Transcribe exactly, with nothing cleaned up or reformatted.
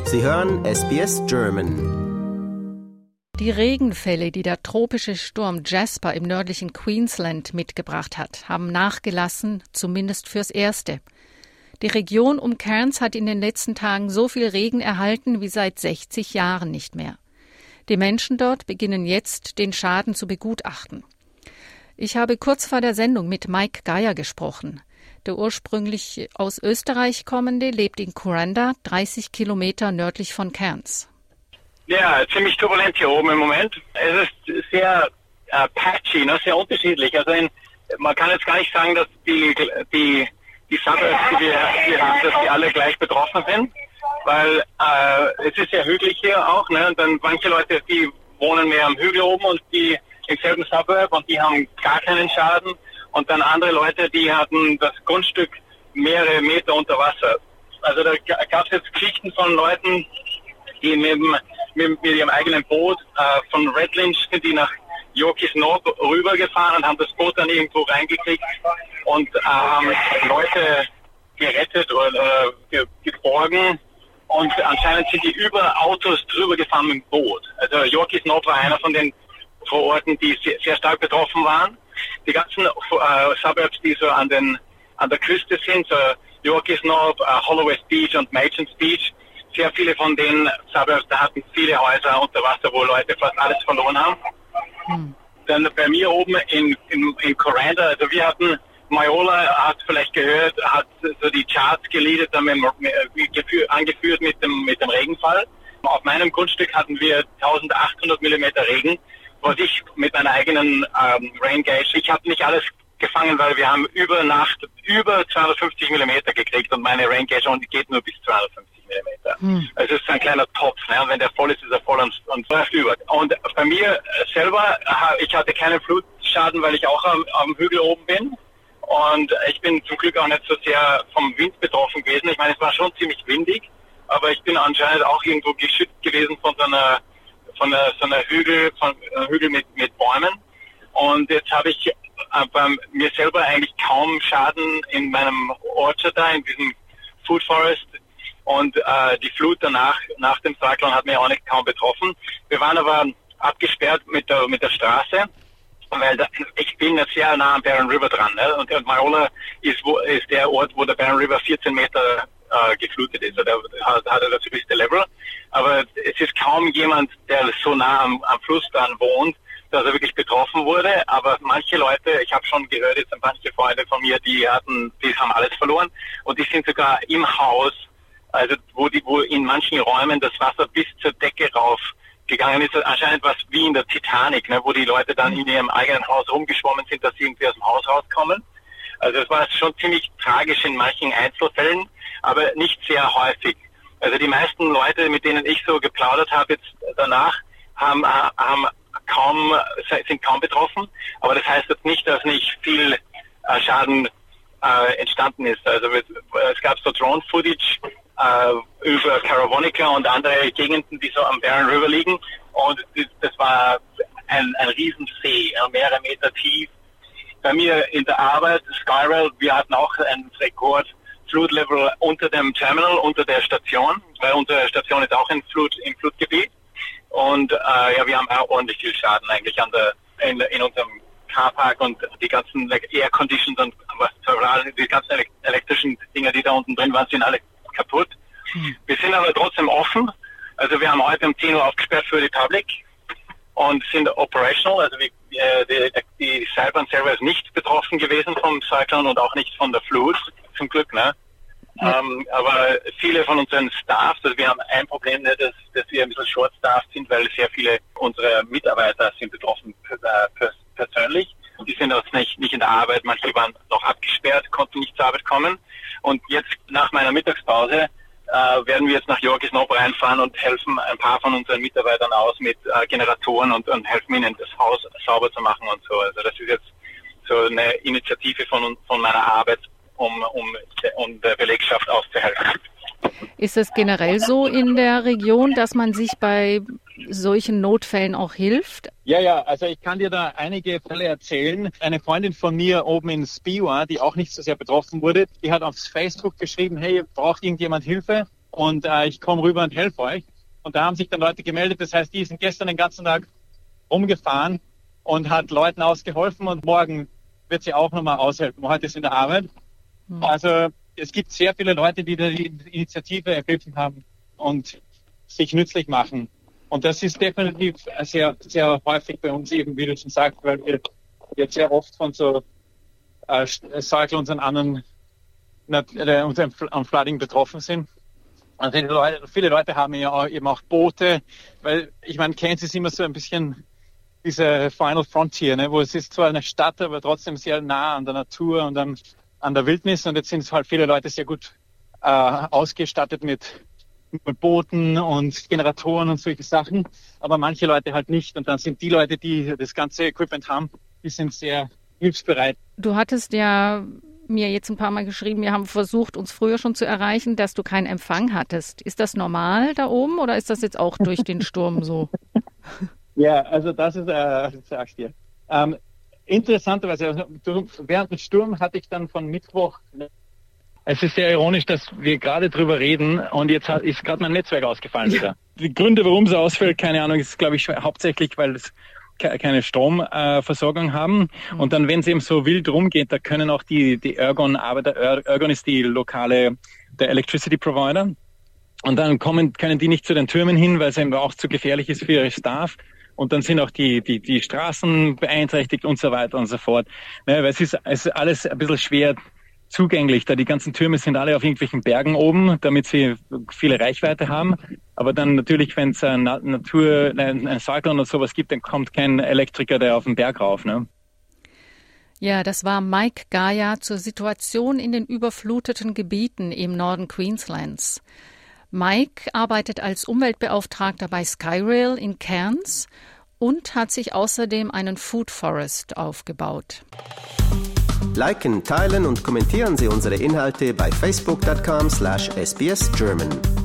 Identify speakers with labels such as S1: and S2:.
S1: Sie hören S B S German.
S2: Die Regenfälle, die der tropische Sturm Jasper im nördlichen Queensland mitgebracht hat, haben nachgelassen, zumindest fürs Erste. Die Region um Cairns hat in den letzten Tagen so viel Regen erhalten wie seit sechzig Jahren nicht mehr. Die Menschen dort beginnen jetzt, den Schaden zu begutachten. Ich habe kurz vor der Sendung mit Mike Geier gesprochen. Der ursprünglich aus Österreich kommende lebt in Kuranda, dreißig Kilometer nördlich von Cairns.
S3: Ja, ziemlich turbulent hier oben im Moment. Es ist sehr äh, patchy, ne, sehr unterschiedlich. Also in, man kann jetzt gar nicht sagen, dass die die die Suburbs, die wir hier haben, dass die alle gleich betroffen sind, weil äh, es ist sehr hügelig hier auch. Ne, und dann manche Leute, die wohnen mehr am Hügel oben und die im selben Suburb und die haben gar keinen Schaden. Und dann andere Leute, die hatten das Grundstück mehrere Meter unter Wasser. Also da gab es jetzt Geschichten von Leuten, die mit, mit, mit ihrem eigenen Boot äh, von Redlinch sind die nach Yorkeys Nord rübergefahren und haben das Boot dann irgendwo reingekriegt und äh, haben Leute gerettet oder äh, geborgen. Und anscheinend sind die über Autos drüber gefahren mit dem Boot. Also Yorkeys Nord war einer von den Vororten, die sehr, sehr stark betroffen waren. Die ganzen äh, Suburbs, die so an den an der Küste sind, so Yorkeys Nord, äh, Holloway Beach und Magents Beach, sehr viele von den Suburbs, da hatten viele Häuser unter Wasser, wo Leute fast alles verloren haben. Hm. Dann bei mir oben in, in, in Kuranda, also wir hatten, Mayola hat vielleicht gehört, hat so die Charts geleadet, damit, mit, angeführt mit dem, mit dem Regenfall. Auf meinem Grundstück hatten wir eintausendachthundert Millimeter Regen, was ich mit meiner eigenen ähm, Rain Gauge, ich habe nicht alles gefangen, weil wir haben über Nacht über zweihundertfünfzig Millimeter gekriegt und meine Rain Gauge geht nur bis zweihundertfünfzig Millimeter. Hm. Also es ist ein kleiner Topf, ne? Und wenn der voll ist, ist er voll und, und läuft über. Und bei mir selber, ich hatte keinen Flutschaden, weil ich auch am, am Hügel oben bin. Und ich bin zum Glück auch nicht so sehr vom Wind betroffen gewesen. Ich meine, es war schon ziemlich windig, aber ich bin anscheinend auch irgendwo geschützt gewesen von so einer von einer, so einer Hügel, von einer Hügel mit, mit Bäumen. Und jetzt habe ich äh, bei mir selber eigentlich kaum Schaden in meinem Orchard da, in diesem Food Forest. Und äh, die Flut danach, nach dem Cyclone, hat mich auch nicht kaum betroffen. Wir waren aber abgesperrt mit der, mit der Straße, weil da, ich bin jetzt sehr nah am Barron River dran. Ne? Und, und Mayola ist, wo, ist der Ort, wo der Barron River vierzehn Meter äh, geflutet ist. Da hat, hat er das höchste Level. Aber es ist kaum jemand, der so nah am, am Fluss dann wohnt, dass er wirklich betroffen wurde. Aber manche Leute, ich habe schon gehört, jetzt manche Freunde von mir, die hatten, die haben alles verloren. Und die sind sogar im Haus, also wo die, wo in manchen Räumen das Wasser bis zur Decke rauf gegangen ist. Anscheinend was wie in der Titanic, ne, wo die Leute dann in ihrem eigenen Haus rumgeschwommen sind, dass sie irgendwie aus dem Haus rauskommen. Also es war schon ziemlich tragisch in manchen Einzelfällen, aber nicht sehr häufig. Also die meisten Leute, mit denen ich so geplaudert habe jetzt danach, haben, haben kaum, sind kaum betroffen. Aber das heißt jetzt nicht, dass nicht viel äh, Schaden äh, entstanden ist. Also es, es gab so Drone-Footage äh, über Caravonica und andere Gegenden, die so am Barron River liegen. Und das, das war ein, ein Riesensee, mehrere Meter tief. Bei mir in der Arbeit, Skyrail, wir hatten auch einen Rekord Flutlevel unter dem Terminal, unter der Station, weil unsere Station ist auch in Flut, im Flutgebiet. Und äh, ja, wir haben auch ordentlich viel Schaden eigentlich an der in, in unserem Carpark und die ganzen like, Air Conditions und was die ganzen elektrischen Dinger, die da unten drin waren, sind alle kaputt. Hm. Wir sind aber trotzdem offen. Also wir haben heute um zehn Uhr aufgesperrt für die Public und sind operational. Also wir, die, die Seilbahn selber ist nicht betroffen gewesen vom Cyclone und auch nicht von der Flut. Zum Glück, ne? Ja. Ähm, aber viele von unseren Staffs, also wir haben ein Problem, ne, dass, dass wir ein bisschen short-staffed sind, weil sehr viele unserer Mitarbeiter sind betroffen äh, persönlich. Die sind jetzt nicht, nicht in der Arbeit, manche waren noch abgesperrt, konnten nicht zur Arbeit kommen. Und jetzt nach meiner Mittagspause äh, werden wir jetzt nach Yorkeys Nord reinfahren und helfen ein paar von unseren Mitarbeitern aus mit äh, Generatoren und, und helfen ihnen, das Haus sauber zu machen und so. Also das ist jetzt so eine Initiative von, von meiner Arbeit, um, um, um der Belegschaft auszuhelfen.
S2: Ist es generell so in der Region, dass man sich bei solchen Notfällen auch hilft?
S4: Ja, ja, also ich kann dir da einige Fälle erzählen. Eine Freundin von mir oben in Spiwa, die auch nicht so sehr betroffen wurde, die hat aufs Facebook geschrieben, hey, braucht irgendjemand Hilfe? und äh, ich komme rüber und helfe euch. Und da haben sich dann Leute gemeldet. Das heißt, die sind gestern den ganzen Tag rumgefahren und hat Leuten ausgeholfen und morgen wird sie auch nochmal aushelfen. Heute ist in der Arbeit. Mhm. Also es gibt sehr viele Leute, die die Initiative ergriffen haben und sich nützlich machen. Und das ist definitiv sehr, sehr häufig bei uns eben, wie du schon sagst, weil wir jetzt sehr oft von so äh, Cyclones und anderen äh, unserem Flooding betroffen sind. Also die Leute, viele Leute haben ja auch, eben auch Boote, weil ich meine, Cairns ist immer so ein bisschen diese Final Frontier, ne, wo es ist zwar eine Stadt, aber trotzdem sehr nah an der Natur und an, an der Wildnis. Und jetzt sind halt viele Leute sehr gut äh, ausgestattet mit, mit Booten und Generatoren und solche Sachen, aber manche Leute halt nicht. Und dann sind die Leute, die das ganze Equipment haben, die sind sehr hilfsbereit.
S2: Du hattest ja mir jetzt ein paar Mal geschrieben, wir haben versucht, uns früher schon zu erreichen, dass du keinen Empfang hattest. Ist das normal da oben oder ist das jetzt auch durch den Sturm so?
S4: Ja, also das ist, äh, sag's dir. Ähm, interessanterweise, also, während dem Sturm hatte ich dann von Mittwoch, es ist sehr ironisch, dass wir gerade drüber reden und jetzt hat, ist gerade mein Netzwerk ausgefallen wieder. Die Gründe, warum es ausfällt, keine Ahnung, ist glaube ich hauptsächlich, weil es keine Stromversorgung äh, haben. Mhm. Und dann, wenn es eben so wild rumgeht, da können auch die, die Ergon Arbeiter, Ergon ist die lokale, der Electricity Provider. Und dann kommen, können die nicht zu den Türmen hin, weil es eben auch zu gefährlich ist für ihre Staff. Und dann sind auch die, die, die Straßen beeinträchtigt und so weiter und so fort. Naja, weil es ist, es ist alles ein bisschen schwer zugänglich, da die ganzen Türme sind alle auf irgendwelchen Bergen oben, damit sie viele Reichweite haben. Aber dann natürlich, wenn es eine Natur, ein, ein Cyclone oder sowas gibt, dann kommt kein Elektriker der auf den Berg rauf, ne?
S2: Ja, das war Mike Gaia zur Situation in den überfluteten Gebieten im Norden Queenslands. Mike arbeitet als Umweltbeauftragter bei Skyrail in Cairns und hat sich außerdem einen Food Forest aufgebaut.
S1: Liken, teilen und kommentieren Sie unsere Inhalte bei facebook dot com slash S B S German.